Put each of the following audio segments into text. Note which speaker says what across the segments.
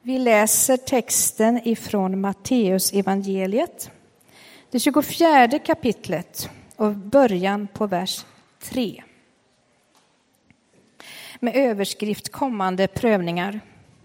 Speaker 1: Vi läser texten ifrån Matteus evangeliet, det 24 kapitlet och början på vers 3. Med överskrift kommande prövningar.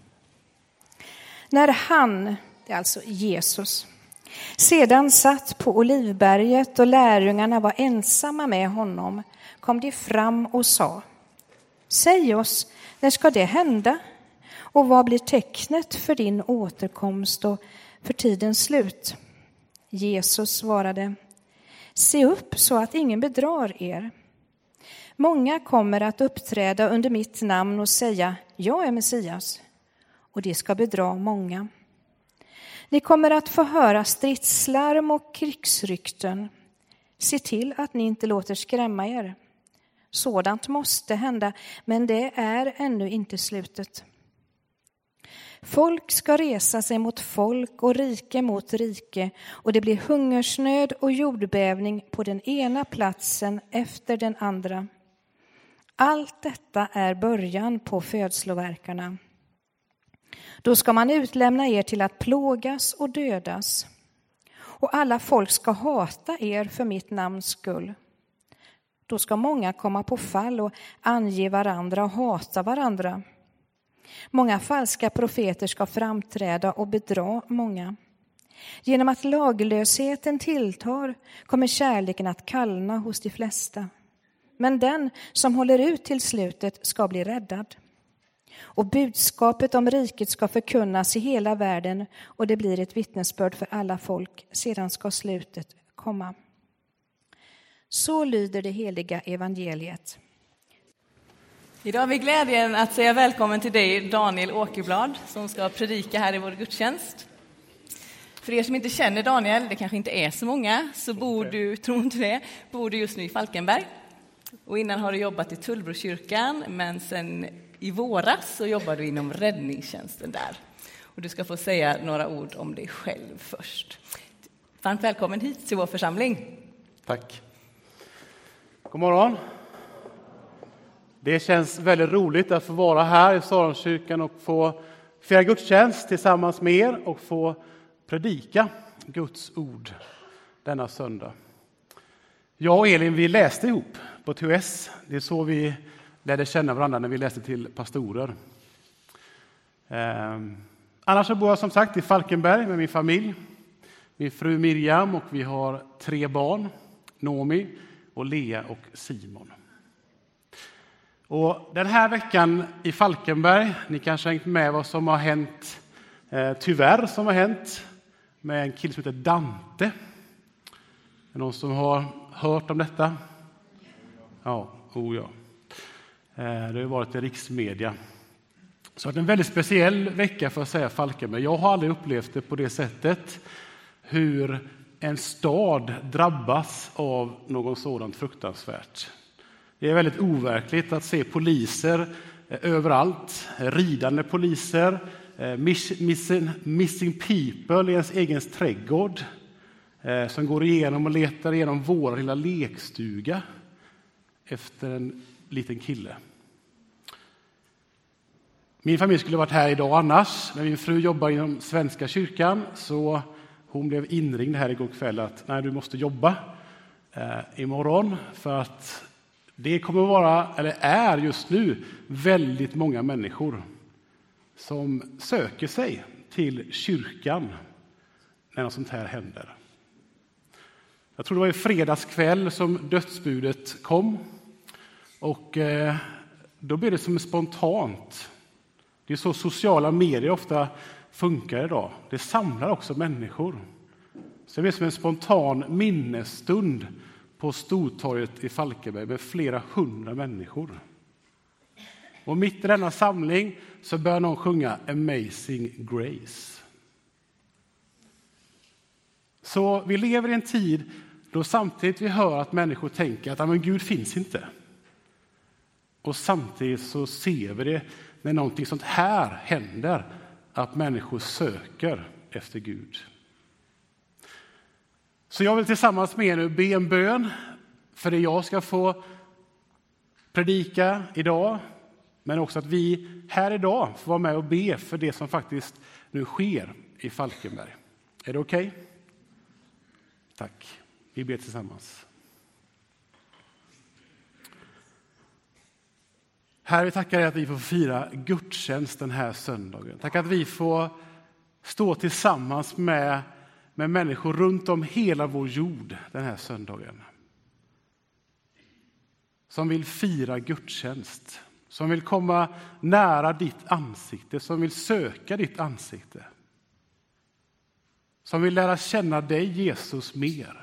Speaker 1: När han, det är alltså Jesus, sedan satt på Olivberget och lärjungarna var ensamma med honom, kom de fram och sa: Säg oss, när ska det hända? Och vad blir tecknet för din återkomst och för tidens slut? Jesus svarade: Se upp så att ingen bedrar er. Många kommer att uppträda under mitt namn och säga: Jag är Messias. Och det ska bedra många. Ni kommer att få höra stridslarm och krigsrykten. Se till att ni inte låter skrämma er. Sådant måste hända, men det är ännu inte slutet. Folk ska resa sig mot folk och rike mot rike, och det blir hungersnöd och jordbävning på den ena platsen efter den andra. Allt detta är början på födslovärkarna. Då ska man utlämna er till att plågas och dödas. Och alla folk ska hata er för mitt namns skull. Då ska många komma på fall och ange varandra och hata varandra. Många falska profeter ska framträda och bedra många. Genom att laglösheten tilltar kommer kärleken att kallna hos de flesta. Men den som håller ut till slutet ska bli räddad. Och budskapet om riket ska förkunnas i hela världen, och det blir ett vittnesbörd för alla folk. Sedan ska slutet komma. Så lyder det heliga evangeliet.
Speaker 2: Idag har vi glädjen att säga välkommen till dig, Daniel Åkerblad, som ska predika här i vår gudstjänst. För er som inte känner Daniel, det kanske inte är så många, så bor du just nu i Falkenberg. Och innan har du jobbat i Tullbrokyrkan, men sen i våras så jobbar du inom räddningstjänsten där. Och du ska få säga några ord om dig själv först. Varmt välkommen hit till vår församling.
Speaker 3: Tack. God morgon. Det känns väldigt roligt att få vara här i Saronskyrkan och få fira gudstjänst tillsammans med er och få predika Guds ord denna söndag. Jag och Elin, vi läste ihop på TUS. Det är så vi lärde känna varandra när vi läste till pastorer. Annars så bor jag som sagt i Falkenberg med min familj. Min fru Miriam, och vi har 3 barn. Nomi och Lea och Simon. Och den här veckan i Falkenberg, ni kanske har hängt med vad som har hänt, tyvärr som har hänt med en kille som heter Dante. Är det någon som har hört om detta? Ja. Det har varit i riksmedia. Så det är en väldigt speciell vecka för att säga Falkenberg. Jag har aldrig upplevt det på det sättet, hur en stad drabbas av något sådant fruktansvärt. Det är väldigt overkligt att se poliser överallt, ridande poliser, missing people i ens egen trädgård, som går igenom och letar igenom vår lilla lekstuga efter en liten kille. Min familj skulle varit här idag annars, men min fru jobbar inom Svenska kyrkan, så hon blev inringd här igår kväll att nej, du måste jobba imorgon, för att det kommer att vara, eller är just nu, väldigt många människor som söker sig till kyrkan när något sånt här händer. Jag tror det var i fredagskväll som dödsbudet kom, och då blir det som spontant. Det är så sociala medier ofta funkar idag. Det samlar också människor. Så det blir som en spontan minnesstund på Stortorget i Falkenberg med flera 100 människor. Och mitt i denna samling så börjar någon sjunga Amazing Grace. Så vi lever i en tid då samtidigt vi hör att människor tänker att men Gud finns inte. Och samtidigt så ser vi det när någonting sånt här händer, att människor söker efter Gud. Så jag vill tillsammans med er nu be en bön för det jag ska få predika idag. Men också att vi här idag får vara med och be för det som faktiskt nu sker i Falkenberg. Är det okej? Tack. Vi ber tillsammans. Herre, vi tackar dig att vi får fira gudstjänst den här söndagen. Tack att vi får stå tillsammans med människor runt om hela vår jord den här söndagen. Som vill fira gudstjänst. Som vill komma nära ditt ansikte. Som vill söka ditt ansikte. Som vill lära känna dig, Jesus, mer.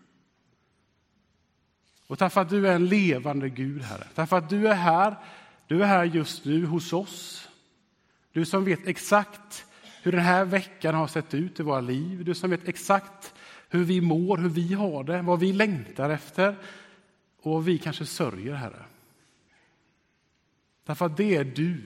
Speaker 3: Och tack för att du är en levande Gud, Herre. Tack för att du är här. Du är här just nu hos oss. Du som vet exakt hur den här veckan har sett ut i våra liv. Du som vet exakt hur vi mår, hur vi har det, vad vi längtar efter och vad vi kanske sörjer, Herre. Därför att det är du.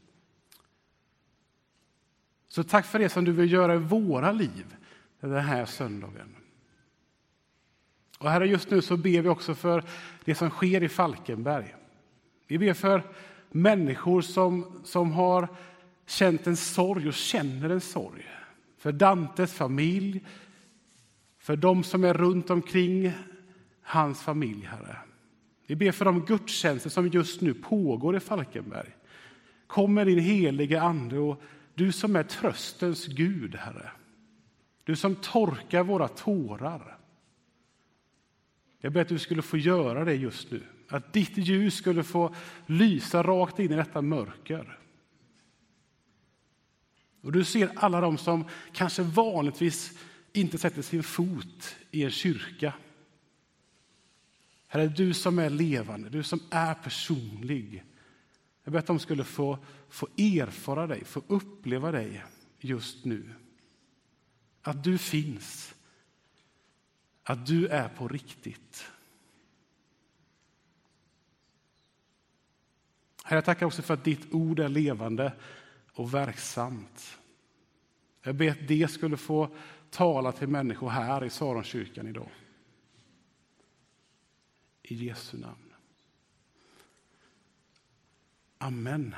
Speaker 3: Så tack för det som du vill göra i våra liv den här söndagen. Och Herre, just nu så ber vi också för det som sker i Falkenberg. Vi ber för människor som har känt en sorg och känner en sorg. För Dantes familj, för de som är runt omkring hans familj, Herre. Vi ber för de gudstjänster som just nu pågår i Falkenberg. Kommer din heliga ande och du som är tröstens Gud, Herre. Du som torkar våra tårar. Jag ber att du skulle få göra det just nu. Att ditt ljus skulle få lysa rakt in i detta mörker. Och du ser alla de som kanske vanligtvis inte sätter sin fot i en kyrka. Herre, du som är levande, du som är personlig. Jag ber att de skulle få erfara dig, få uppleva dig just nu. Att du finns. Att du är på riktigt. Herre, jag tackar också för att ditt ord är levande och verksamt. Jag ber att det skulle få tala till människor här i Saronkyrkan idag. I Jesu namn. Amen.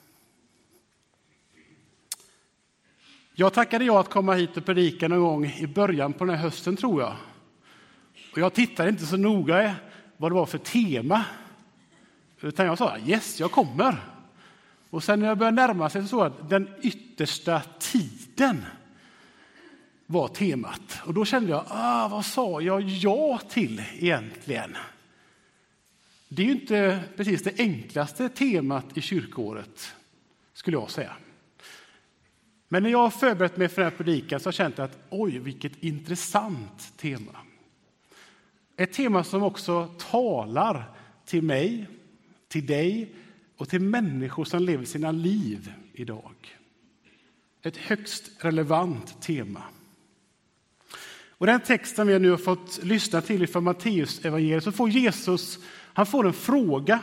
Speaker 3: Jag tackade att komma hit och predika någon gång i början på den här hösten, tror jag. Och jag tittade inte så noga vad det var för tema. Utan jag sa, yes, jag kommer. Och sen när jag började närma sig så att den yttersta tiden var temat. Och då kände jag, vad sa jag ja till egentligen? Det är ju inte precis det enklaste temat i kyrkåret, skulle jag säga. Men när jag har förberett mig för den här predikan så har jag känt att, oj, vilket intressant tema. Ett tema som också talar till mig, till dig och till människor som lever sina liv idag. Ett högst relevant tema. Och den texten vi nu har fått lyssna till från Matteus evangeliet, så får Jesus, han får en fråga.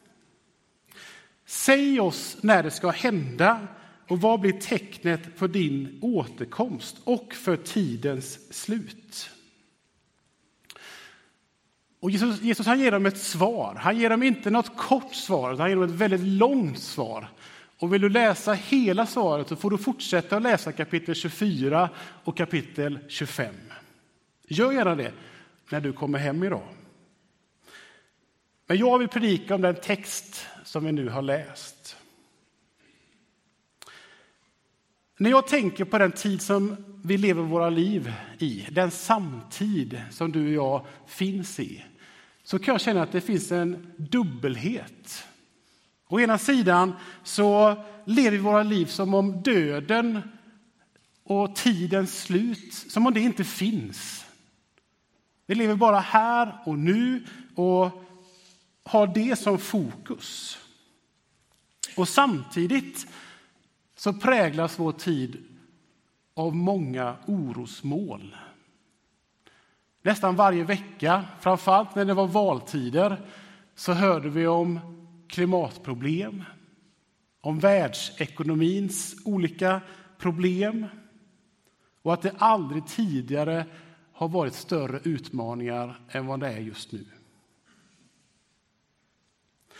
Speaker 3: Säg oss när det ska hända och vad blir tecknet för din återkomst och för tidens slut? Och Jesus han ger dem ett svar. Han ger dem inte något kort svar, han ger dem ett väldigt långt svar. Och vill du läsa hela svaret så får du fortsätta att läsa kapitel 24 och kapitel 25. Gör gärna det när du kommer hem idag. Men jag vill predika om den text som vi nu har läst. När jag tänker på den tid som vi lever våra liv i, den samtid som du och jag finns i, så kan jag känna att det finns en dubbelhet. Å ena sidan så lever vi våra liv som om döden och tidens slut, som om det inte finns. Vi lever bara här och nu och har det som fokus. Och samtidigt så präglas vår tid av många orosmoln. Nästan varje vecka, framförallt när det var valtider, så hörde vi om klimatproblem, om världsekonomins olika problem och att det aldrig tidigare har varit större utmaningar än vad det är just nu.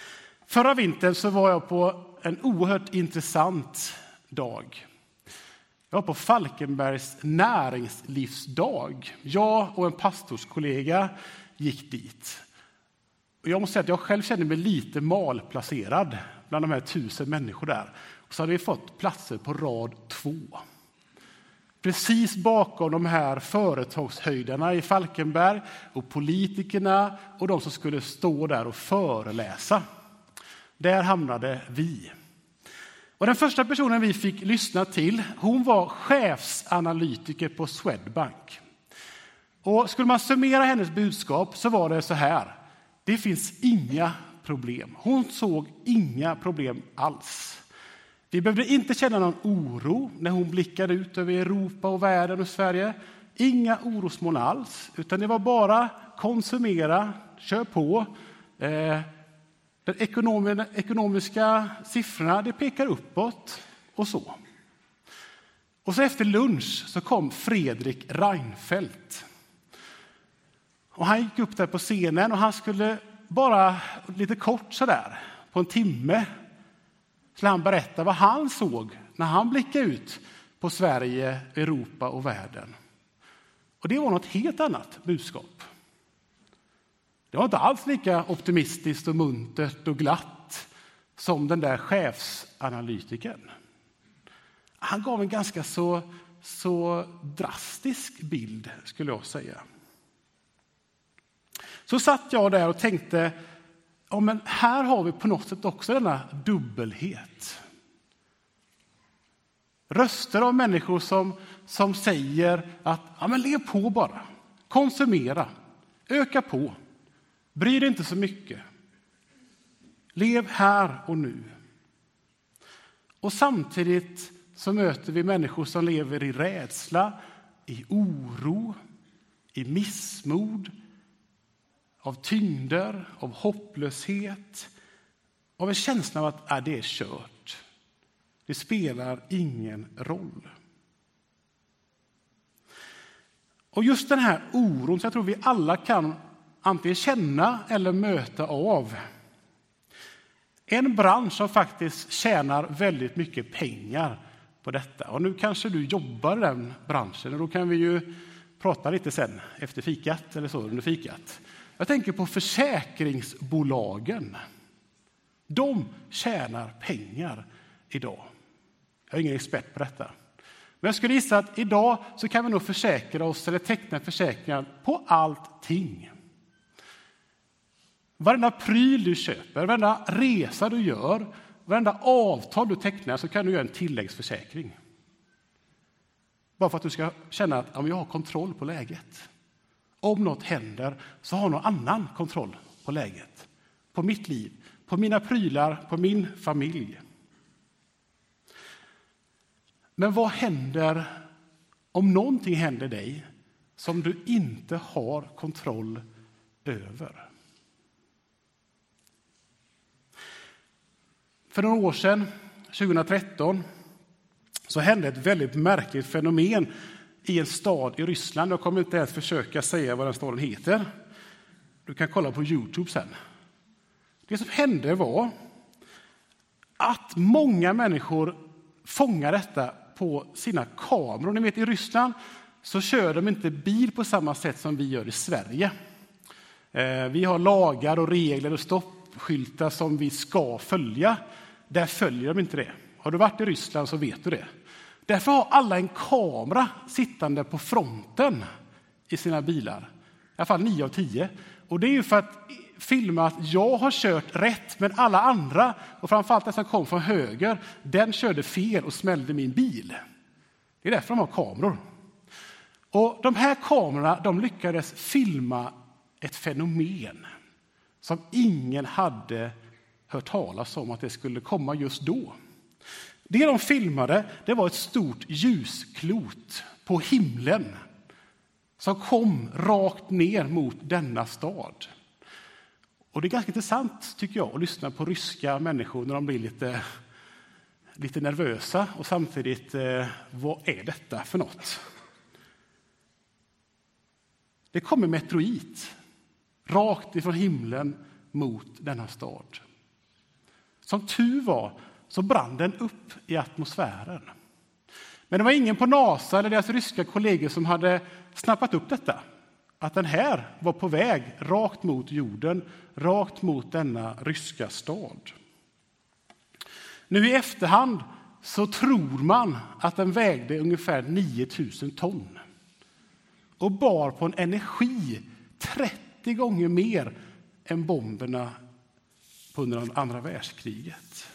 Speaker 3: Förra vintern så var jag på en oerhört intressant dag. Jag var på Falkenbergs näringslivsdag. Jag och en pastorskollega gick dit. Och jag måste säga att jag själv kände mig lite malplacerad bland de här 1000 människor där. Och så hade vi fått platser på rad 2. Precis bakom de här företagshöjdarna i Falkenberg och politikerna och de som skulle stå där och föreläsa. Där hamnade vi. Och den första personen vi fick lyssna till, hon var chefsanalytiker på Swedbank. Och skulle man summera hennes budskap så var det så här: det finns inga problem. Hon såg inga problem alls. Vi behövde inte känna någon oro när hon blickade ut över Europa och världen och Sverige. Inga orosmoln alls, utan det var bara konsumera, kör på. De ekonomiska siffrorna, det pekar uppåt och så. Och så efter lunch så kom Fredrik Reinfeldt. Och han gick upp där på scenen och han skulle bara lite kort så där på en timme skulle han berätta vad han såg när han blickade ut på Sverige, Europa och världen. Och det var något helt annat budskap. Det var inte alls lika optimistiskt och muntert och glatt som den där chefsanalytikern. Han gav en ganska så drastisk bild, skulle jag säga. Så satt jag där och tänkte, ja, men här har vi på något sätt också denna dubbelhet. Röster av människor som säger att ja, men lev på bara, konsumera, öka på, bry dig inte så mycket. Lev här och nu. Och samtidigt så möter vi människor som lever i rädsla, i oro, i missmod, av tyngder, av hopplöshet, av en känsla av att det är kört. Det spelar ingen roll. Och just den här oron så jag tror vi alla kan antingen känna eller möta av. En bransch som faktiskt tjänar väldigt mycket pengar på detta. Och nu kanske du jobbar i den branschen och då kan vi ju prata lite sen efter fikat eller så under fikat. Jag tänker på försäkringsbolagen. De tjänar pengar idag. Jag är ingen expert på detta. Men jag skulle gissa att idag så kan vi nog försäkra oss eller teckna försäkringar på allting. Varenda pryl du köper, varenda resa du gör, varenda avtal du tecknar så kan du göra en tilläggsförsäkring. Bara för att du ska känna att ja, jag har kontroll på läget. Om något händer så har någon annan kontroll på läget. På mitt liv, på mina prylar, på min familj. Men vad händer om någonting händer dig som du inte har kontroll över? För några år sedan, 2013, så hände ett väldigt märkligt fenomen i en stad i Ryssland. Jag kommer inte ens försöka säga vad den staden heter. Du kan kolla på YouTube sen. Det som hände var att många människor fångade detta på sina kameror. Ni vet, i Ryssland så kör de inte bil på samma sätt som vi gör i Sverige. Vi har lagar och regler och stoppskyltar som vi ska följa. Där följer de inte det. Har du varit i Ryssland så vet du det. Därför har alla en kamera sittande på fronten i sina bilar. I alla fall 9 av 10. Och det är ju för att filma att jag har kört rätt, men alla andra, och framförallt den som kom från höger, den körde fel och smällde min bil. Det är därför de har kameror. Och de här kamerorna, de lyckades filma ett fenomen som ingen hade hört talas om att det skulle komma just då. Det de filmade, det var ett stort ljusklot på himlen som kom rakt ner mot denna stad. Och det är ganska intressant, tycker jag, att lyssna på ryska människor när de blir lite nervösa och samtidigt, vad är detta för något? Det kommer meteorit rakt ifrån himlen mot denna stad. Som tur var så brann den upp i atmosfären. Men det var ingen på NASA eller deras ryska kollegor som hade snappat upp detta. Att den här var på väg rakt mot jorden, rakt mot denna ryska stad. Nu i efterhand så tror man att den vägde ungefär 9000 ton. Och bar på en energi 30 gånger mer än bomberna under andra världskriget.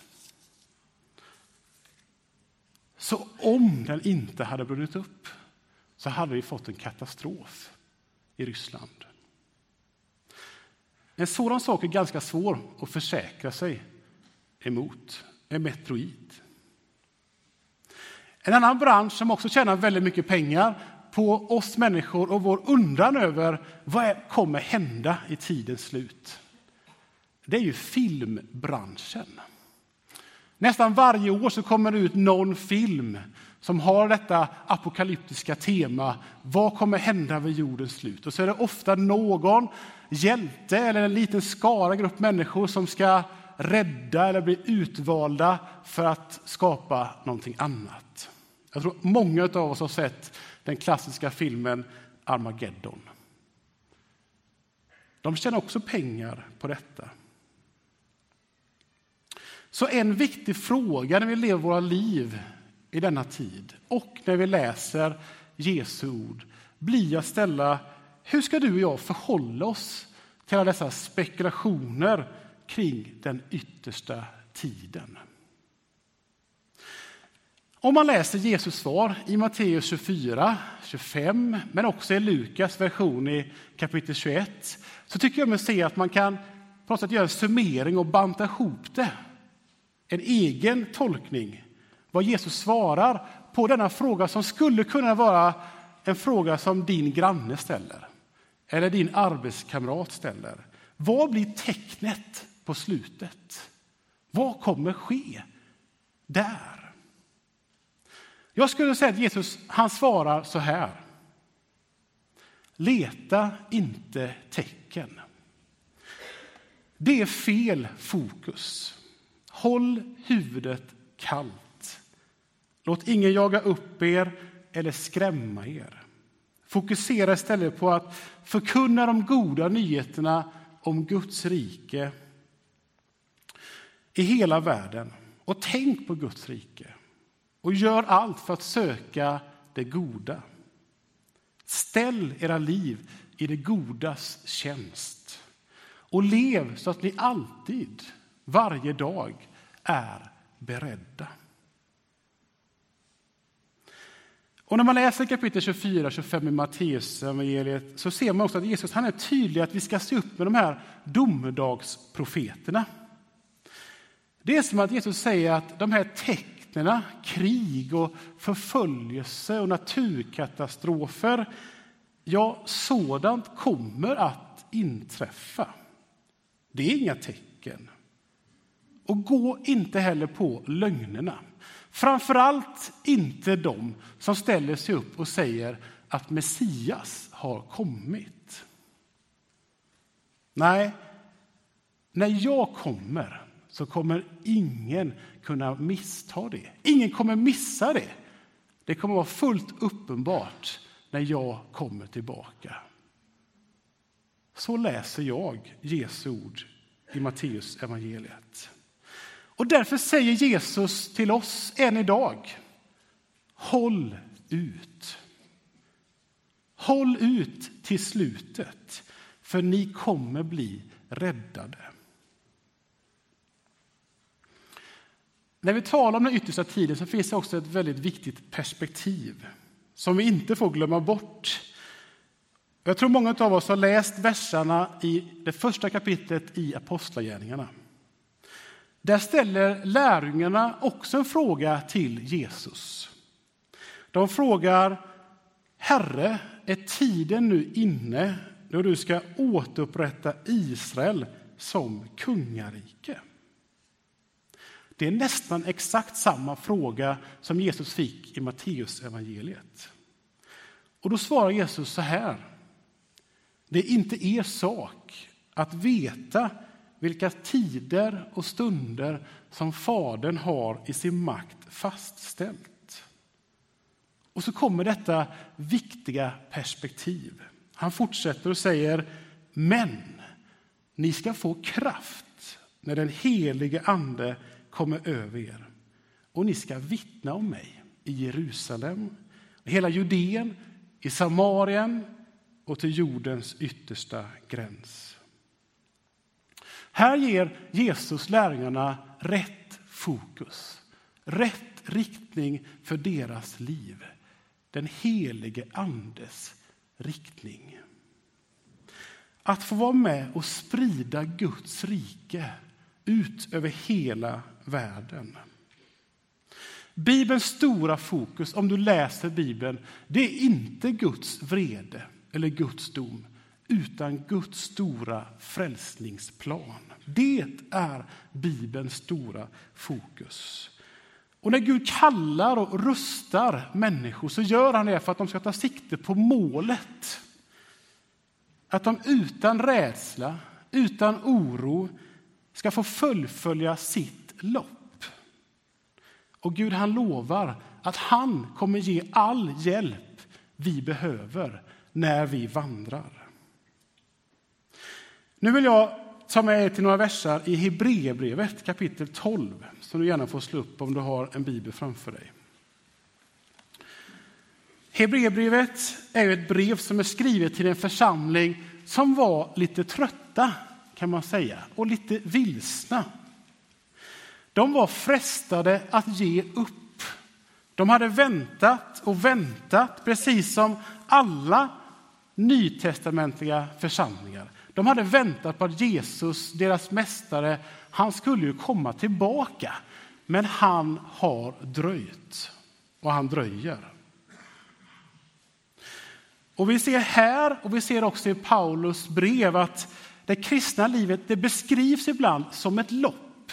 Speaker 3: Så om den inte hade brunnit upp så hade vi fått en katastrof i Ryssland. En sådan sak är ganska svår att försäkra sig emot. En meteorit. En annan bransch som också tjänar väldigt mycket pengar på oss människor och vår undran över vad kommer hända i tidens slut. Det är ju filmbranschen. Nästan varje år så kommer det ut någon film som har detta apokalyptiska tema. Vad kommer hända vid jordens slut? Och så är det ofta någon hjälte eller en liten skara grupp människor som ska rädda eller bli utvalda för att skapa någonting annat. Jag tror många av oss har sett den klassiska filmen Armageddon. De tjänar också pengar på detta. Så en viktig fråga när vi lever våra liv i denna tid och när vi läser Jesu ord blir att ställa: hur ska du och jag förhålla oss till alla dessa spekulationer kring den yttersta tiden? Om man läser Jesus svar i Matteus 24, 25, men också i Lukas version i kapitel 21, så tycker jag mig se att man kan på något sätt göra en summering och banta ihop det. En egen tolkning, vad Jesus svarar på denna fråga som skulle kunna vara en fråga som din granne ställer eller din arbetskamrat ställer. Vad blir tecknet på slutet? Vad kommer ske där? Jag skulle säga att Jesus, han svarar så här: leta inte tecken. Det är fel fokus. Håll huvudet kallt. Låt ingen jaga upp er eller skrämma er. Fokusera istället på att förkunna de goda nyheterna om Guds rike i hela världen. Och tänk på Guds rike. Och gör allt för att söka det goda. Ställ era liv i det godas tjänst. Och lev så att ni alltid, varje dag, är beredda. Och när man läser kapitel 24-25 i Matteus evangeliet så ser man också att Jesus, han är tydlig att vi ska se upp med de här domedagsprofeterna. Det är som att Jesus säger att de här tecknen, krig och förföljelse och naturkatastrofer, ja, sådant kommer att inträffa. Det är inga tecken. Och gå inte heller på lögnerna. Framförallt inte de som ställer sig upp och säger att Messias har kommit. Nej, när jag kommer så kommer ingen kunna missta det. Ingen kommer missa det. Det kommer vara fullt uppenbart när jag kommer tillbaka. Så läser jag Jesu ord i Matteus evangeliet. Och därför säger Jesus till oss än idag: håll ut. Håll ut till slutet, för ni kommer bli räddade. När vi talar om den yttersta tiden så finns det också ett väldigt viktigt perspektiv som vi inte får glömma bort. Jag tror många av oss har läst verserna i det första kapitlet i Apostlagärningarna. Där ställer lärjungarna också en fråga till Jesus. De frågar: Herre, är tiden nu inne då du ska återupprätta Israel som kungarike? Det är nästan exakt samma fråga som Jesus fick i Matteus evangeliet. Och då svarar Jesus så här: det är inte er sak att veta vilka tider och stunder som Fadern har i sin makt fastställt. Och så kommer detta viktiga perspektiv. Han fortsätter och säger, men ni ska få kraft när den helige ande kommer över er. Och ni ska vittna om mig i Jerusalem, i hela Judeen, i Samarien och till jordens yttersta gräns. Här ger Jesus lärjungarna rätt fokus, rätt riktning för deras liv. Den helige andes riktning. Att få vara med och sprida Guds rike ut över hela världen. Bibelns stora fokus, om du läser Bibeln, det är inte Guds vrede eller Guds dom, utan Guds stora frälsningsplan. Det är Bibelns stora fokus. Och när Gud kallar och rustar människor så gör han det för att de ska ta sikte på målet. Att de utan rädsla, utan oro ska få fullfölja sitt lopp. Och Gud, han lovar att han kommer ge all hjälp vi behöver när vi vandrar. Nu vill jag ta med er till några versar i Hebreerbrevet kapitel 12 som du gärna får slå upp om du har en bibel framför dig. Hebreerbrevet är ett brev som är skrivet till en församling som var lite trötta, kan man säga, och lite vilsna. De var frestade att ge upp. De hade väntat och väntat, precis som alla nytestamentliga församlingar. De hade väntat på att Jesus, deras mästare, han skulle ju komma tillbaka. Men han har dröjt och han dröjer. Och vi ser här och vi ser också i Paulus brev att det kristna livet, det beskrivs ibland som ett lopp.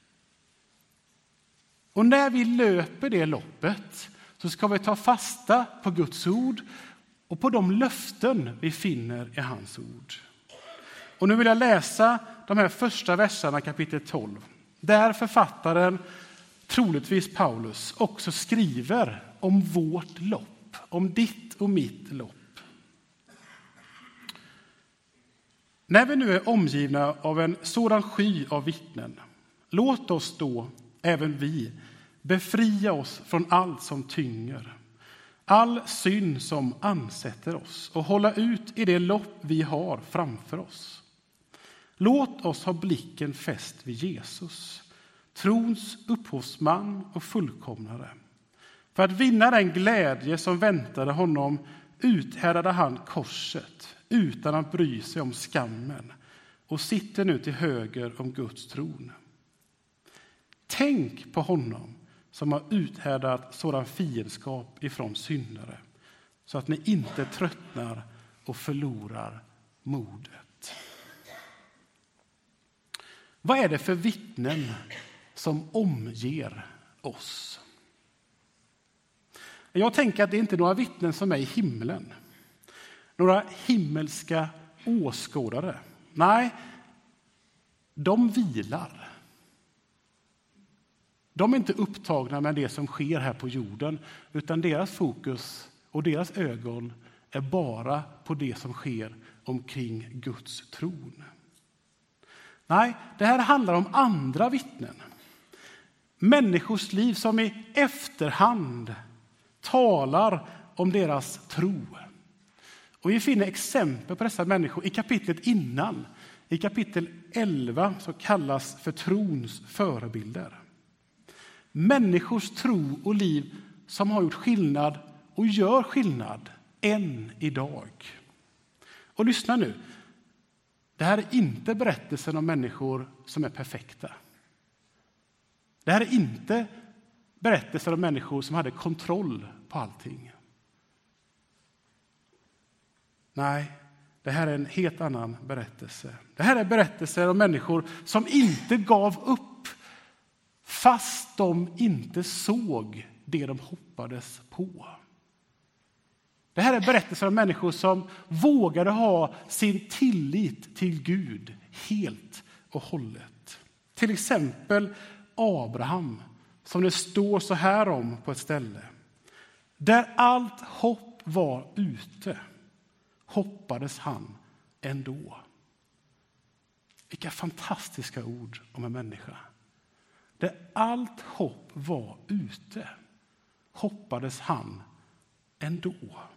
Speaker 3: Och när vi löper det loppet så ska vi ta fasta på Guds ord och på de löften vi finner i hans ord. Och nu vill jag läsa de här första verserna kapitel 12. Där författaren, troligtvis Paulus, också skriver om vårt lopp, om ditt och mitt lopp. När vi nu är omgivna av en sådan sky av vittnen, låt oss då, även vi, befria oss från allt som tynger, all synd som ansätter oss och hålla ut i det lopp vi har framför oss. Låt oss ha blicken fäst vid Jesus, trons upphovsman och fullkomnare. För att vinna den glädje som väntade honom uthärdade han korset utan att bry sig om skammen och sitter nu till höger om Guds tron. Tänk på honom som har uthärdat sådan fiendskap ifrån syndare så att ni inte tröttnar och förlorar modet. Vad är det för vittnen som omger oss? Jag tänker att det inte är några vittnen som är i himlen. Några himmelska åskådare. Nej, de vilar. De är inte upptagna med det som sker här på jorden, utan deras fokus och deras ögon är bara på det som sker omkring Guds tron. Nej, det här handlar om andra vittnen. Människors liv som i efterhand talar om deras tro. Och vi finner exempel på dessa människor i kapitlet innan. I kapitel 11 så kallas för trons förebilder. Människors tro och liv som har gjort skillnad och gör skillnad än idag. Och lyssna nu. Det här är inte berättelsen om människor som är perfekta. Det här är inte berättelsen om människor som hade kontroll på allting. Nej, det här är en helt annan berättelse. Det här är berättelser om människor som inte gav upp fast de inte såg det de hoppades på. Det här är berättelser om människor som vågade ha sin tillit till Gud helt och hållet. Till exempel Abraham, som det står så här om på ett ställe. Där allt hopp var ute, hoppades han ändå. Vilka fantastiska ord om en människa. Där allt hopp var ute, hoppades han ändå.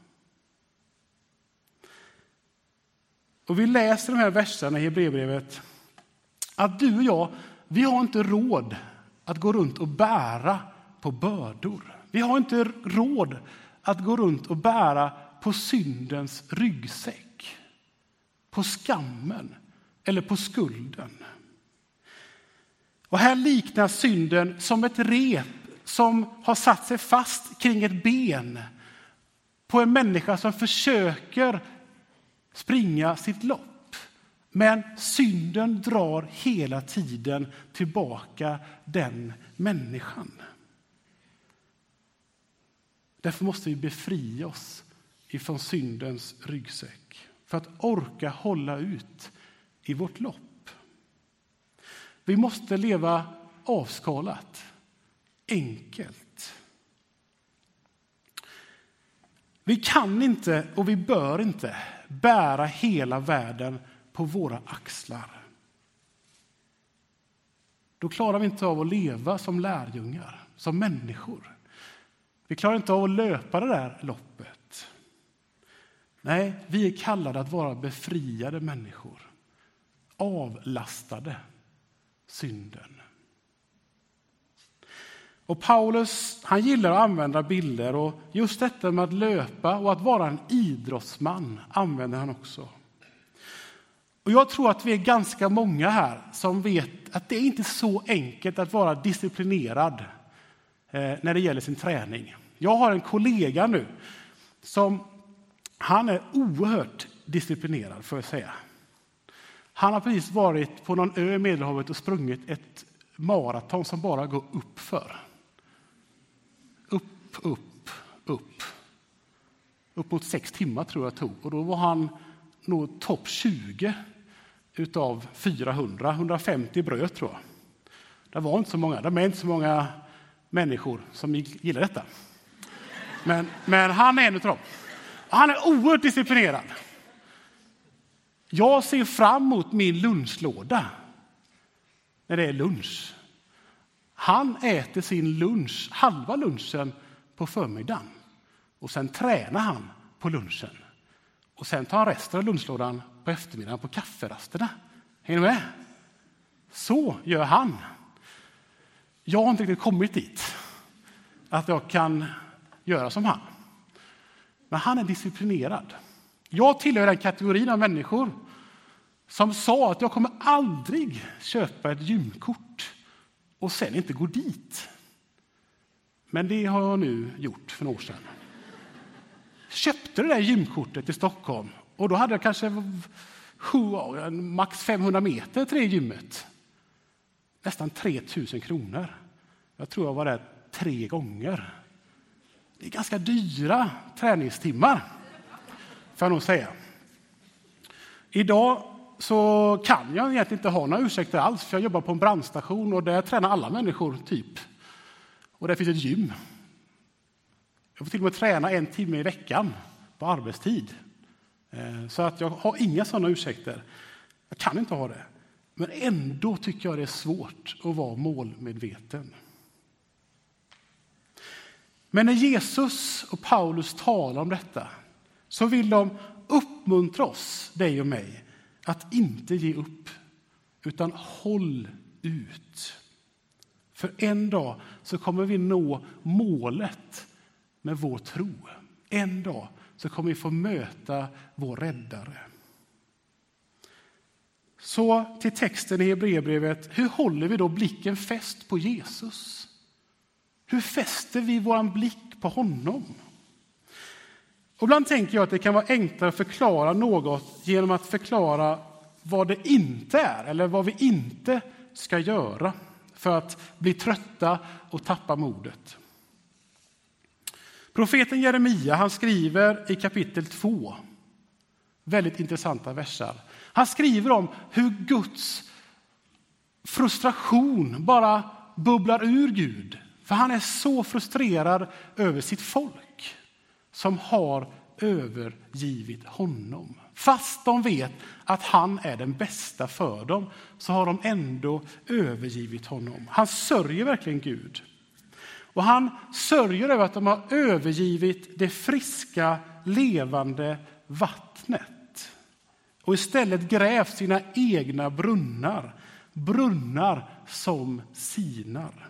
Speaker 3: Och vi läser de här verserna i Hebreerbrevet att du och jag, vi har inte råd att gå runt och bära på bördor. Vi har inte råd att gå runt och bära på syndens ryggsäck, på skammen eller på skulden. Och här liknar synden som ett rep som har satt sig fast kring ett ben på en människa som försöker springa sitt lopp. Men synden drar hela tiden tillbaka den människan. Därför måste vi befria oss ifrån syndens ryggsäck för att orka hålla ut i vårt lopp. Vi måste leva avskalat, enkelt. Vi kan inte och vi bör inte bära hela världen på våra axlar. Då klarar vi inte av att leva som lärjungar, som människor. Vi klarar inte av att löpa det där loppet. Nej, vi är kallade att vara befriade människor. Avlastade synden. Och Paulus, han gillar att använda bilder, och just detta med att löpa och att vara en idrottsman använder han också. Och jag tror att vi är ganska många här som vet att det är inte så enkelt att vara disciplinerad när det gäller sin träning. Jag har en kollega nu som han är oerhört disciplinerad, får jag säga. Han har precis varit på någon ö i Medelhavet och sprungit ett maraton som bara går upp för. Upp mot 6 timmar tror jag tog. Och då var han nog topp 20 utav 400. 150 bröt tror jag. Det var inte så många. Det är inte så många människor som gillar detta. Men han är en utav dem. Han är oerhört disciplinerad. Jag ser fram emot min lunchlåda när det är lunch. Han äter sin lunch, halva lunchen på förmiddagen. Och sen tränar han på lunchen. Och sen tar han resten av lunchlådan på eftermiddagen på kafferasterna. Hänger ni med? Så gör han. Jag har inte riktigt kommit dit att jag kan göra som han. Men han är disciplinerad. Jag tillhör den kategorin av människor som sa att jag kommer aldrig köpa ett gymkort och sen inte gå dit. Men det har jag nu gjort för några år sedan. Köpte det där gymkortet i Stockholm och då hade jag kanske max 500 meter till det gymmet. Nästan 3 000 kronor. Jag tror jag var där 3 gånger. Det är ganska dyra träningstimmar, får jag nog säga. Idag så kan jag egentligen inte ha några ursäkter alls, för jag jobbar på en brandstation och där tränar alla människor typ. Och där finns ett gym. Jag får till och med träna 1 timme i veckan på arbetstid. Så att jag har inga sådana ursäkter. Jag kan inte ha det. Men ändå tycker jag det är svårt att vara målmedveten. Men när Jesus och Paulus talar om detta så vill de uppmuntra oss, dig och mig, att inte ge upp, utan håll ut. För en dag så kommer vi nå målet med vår tro. En dag så kommer vi få möta vår räddare. Så till texten i Hebreerbrevet, hur håller vi då blicken fäst på Jesus? Hur fäster vi vår blick på honom? Och ibland tänker jag att det kan vara enklare att förklara något genom att förklara vad det inte är eller vad vi inte ska göra för att bli trötta och tappa modet. Profeten Jeremia, han skriver i kapitel 2 väldigt intressanta versar. Han skriver om hur Guds frustration bara bubblar ur Gud. För han är så frustrerad över sitt folk som har övergivit honom. Fast de vet att han är den bästa för dem så har de ändå övergivit honom. Han sörjer verkligen Gud. Och han sörjer över att de har övergivit det friska, levande vattnet. Och istället grävt sina egna brunnar. Brunnar som sinar.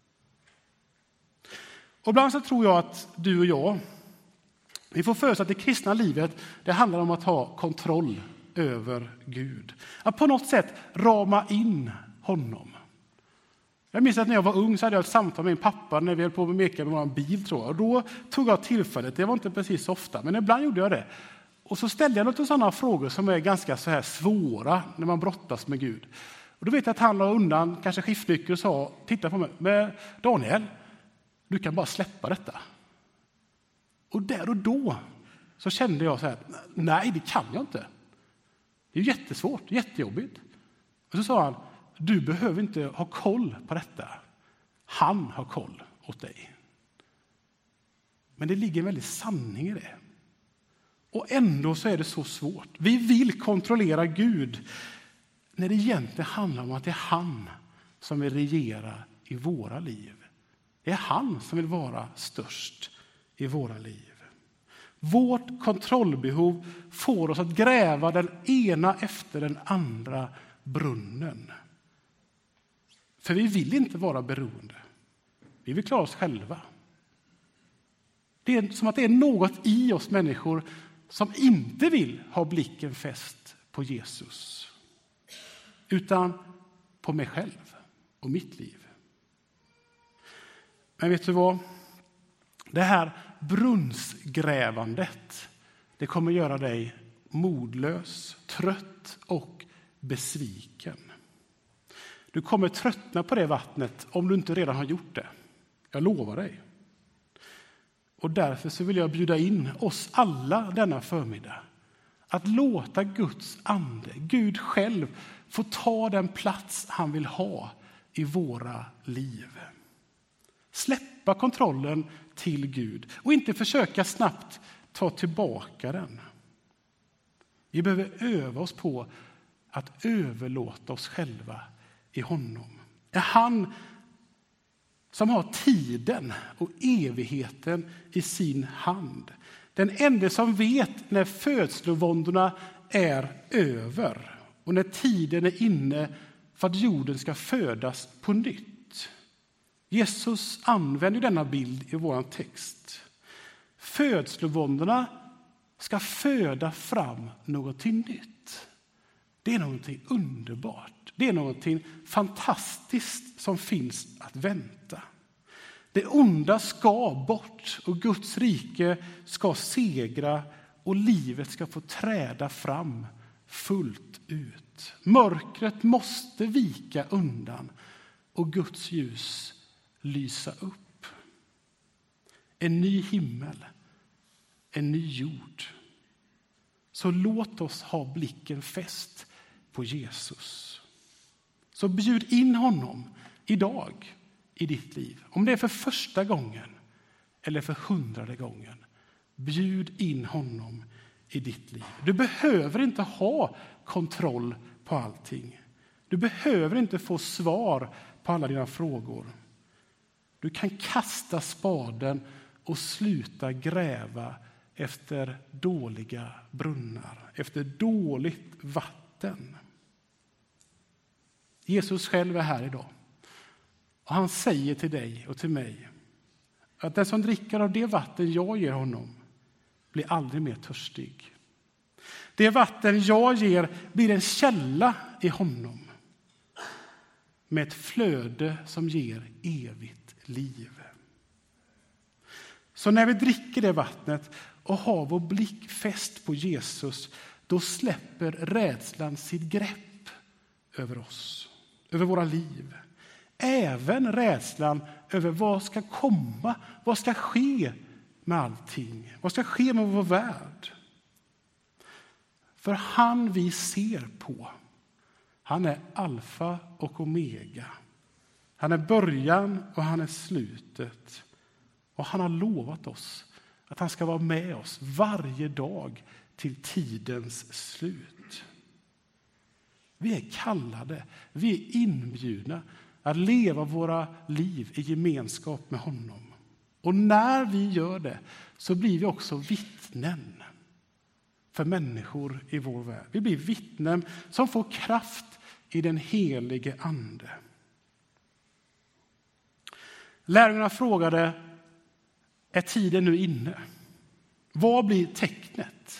Speaker 3: Och ibland så tror jag att du och jag, vi får för oss att det kristna livet, det handlar om att ha kontroll över Gud. Att på något sätt rama in honom. Jag minns att när jag var ung så hade jag ett samtal med min pappa när vi höll på att meka med vår bil, tror jag. Och då tog jag tillfället, det var inte precis så ofta, men ibland gjorde jag det. Och så ställde jag några sådana frågor som är ganska så här svåra när man brottas med Gud. Och då vet jag att han la undan kanske skiftnyckeln och sa, titta på mig, men Daniel, du kan bara släppa detta. Och där och då så kände jag så här, nej det kan jag inte. Det är jättesvårt, jättejobbigt. Och så sa han, du behöver inte ha koll på detta. Han har koll åt dig. Men det ligger en väldigt sanning i det. Och ändå så är det så svårt. Vi vill kontrollera Gud när det egentligen handlar om att det är han som vill regera i våra liv. Det är han som vill vara störst i våra liv. Vårt kontrollbehov får oss att gräva den ena efter den andra brunnen. För vi vill inte vara beroende. Vi vill klara oss själva. Det är som att det är något i oss människor som inte vill ha blicken fäst på Jesus. Utan på mig själv och mitt liv. Men vet du vad? Det här brunnsgrävandet, det kommer göra dig modlös, trött och besviken. Du kommer tröttna på det vattnet om du inte redan har gjort det. Jag lovar dig. Och därför så vill jag bjuda in oss alla denna förmiddag att låta Guds ande, Gud själv, få ta den plats han vill ha i våra liv. Släppa kontrollen till Gud och inte försöka snabbt ta tillbaka den. Vi behöver öva oss på att överlåta oss själva i honom. Är han som har tiden och evigheten i sin hand. Den enda som vet när födslovåndorna är över och när tiden är inne för att jorden ska födas på nytt. Jesus använder denna bild i vår text. Födslovåndorna ska föda fram någonting nytt. Det är någonting underbart. Det är någonting fantastiskt som finns att vänta. Det onda ska bort och Guds rike ska segra och livet ska få träda fram fullt ut. Mörkret måste vika undan och Guds ljus lysa upp. En ny himmel, en ny jord. Så låt oss ha blicken fäst på Jesus. Så bjud in honom idag i ditt liv. Om det är för första gången eller för 100:e gången. Bjud in honom i ditt liv. Du behöver inte ha kontroll på allting. Du behöver inte få svar på alla dina frågor. Du kan kasta spaden och sluta gräva efter dåliga brunnar, efter dåligt vatten. Jesus själv är här idag. Och han säger till dig och till mig att den som dricker av det vatten jag ger honom blir aldrig mer törstig. Det vatten jag ger blir en källa i honom med ett flöde som ger evigt liv. Så när vi dricker det vattnet och har vår blick fäst på Jesus, då släpper rädslan sitt grepp över oss, över våra liv. Även rädslan över vad ska komma, vad ska ske med allting, vad ska ske med vår värld. För han vi ser på, Han är alfa och omega. Han är början och han är slutet. Och han har lovat oss att han ska vara med oss varje dag till tidens slut. Vi är kallade, vi är inbjudna att leva våra liv i gemenskap med honom. Och när vi gör det så blir vi också vittnen för människor i vår värld. Vi blir vittnen som får kraft i den helige ande. Lärjungarna frågade, är tiden nu inne? Vad blir tecknet?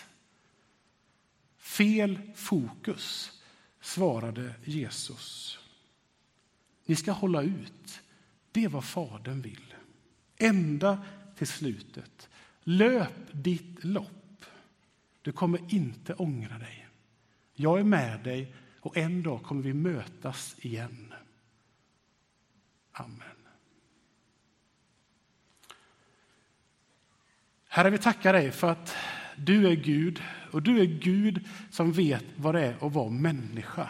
Speaker 3: Fel fokus, svarade Jesus. Ni ska hålla ut. Det är vad Fadern vill. Ända till slutet. Löp ditt lopp. Du kommer inte ångra dig. Jag är med dig och en dag kommer vi mötas igen. Amen. Herre, vi tackar dig för att du är Gud och du är Gud som vet vad det är att vara människa.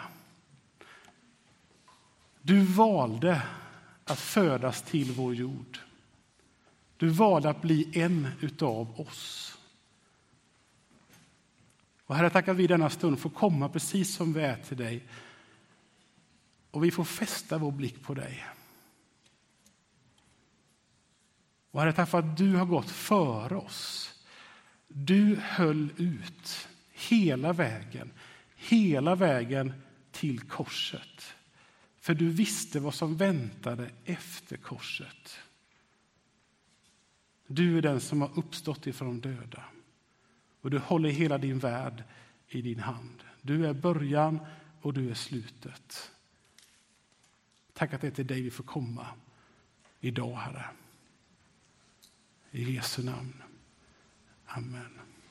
Speaker 3: Du valde att födas till vår jord. Du valde att bli en utav oss. Och Herre, tack att vi denna stund får komma precis som vi är till dig. Och vi får fästa vår blick på dig. Och Herre, tack för att du har gått före oss. Du höll ut hela vägen till korset. För du visste vad som väntade efter korset. Du är den som har uppstått ifrån de döda. Och du håller hela din värld i din hand. Du är början och du är slutet. Tack att det är till dig vi får komma idag, Herre. I Jesu namn. Amen.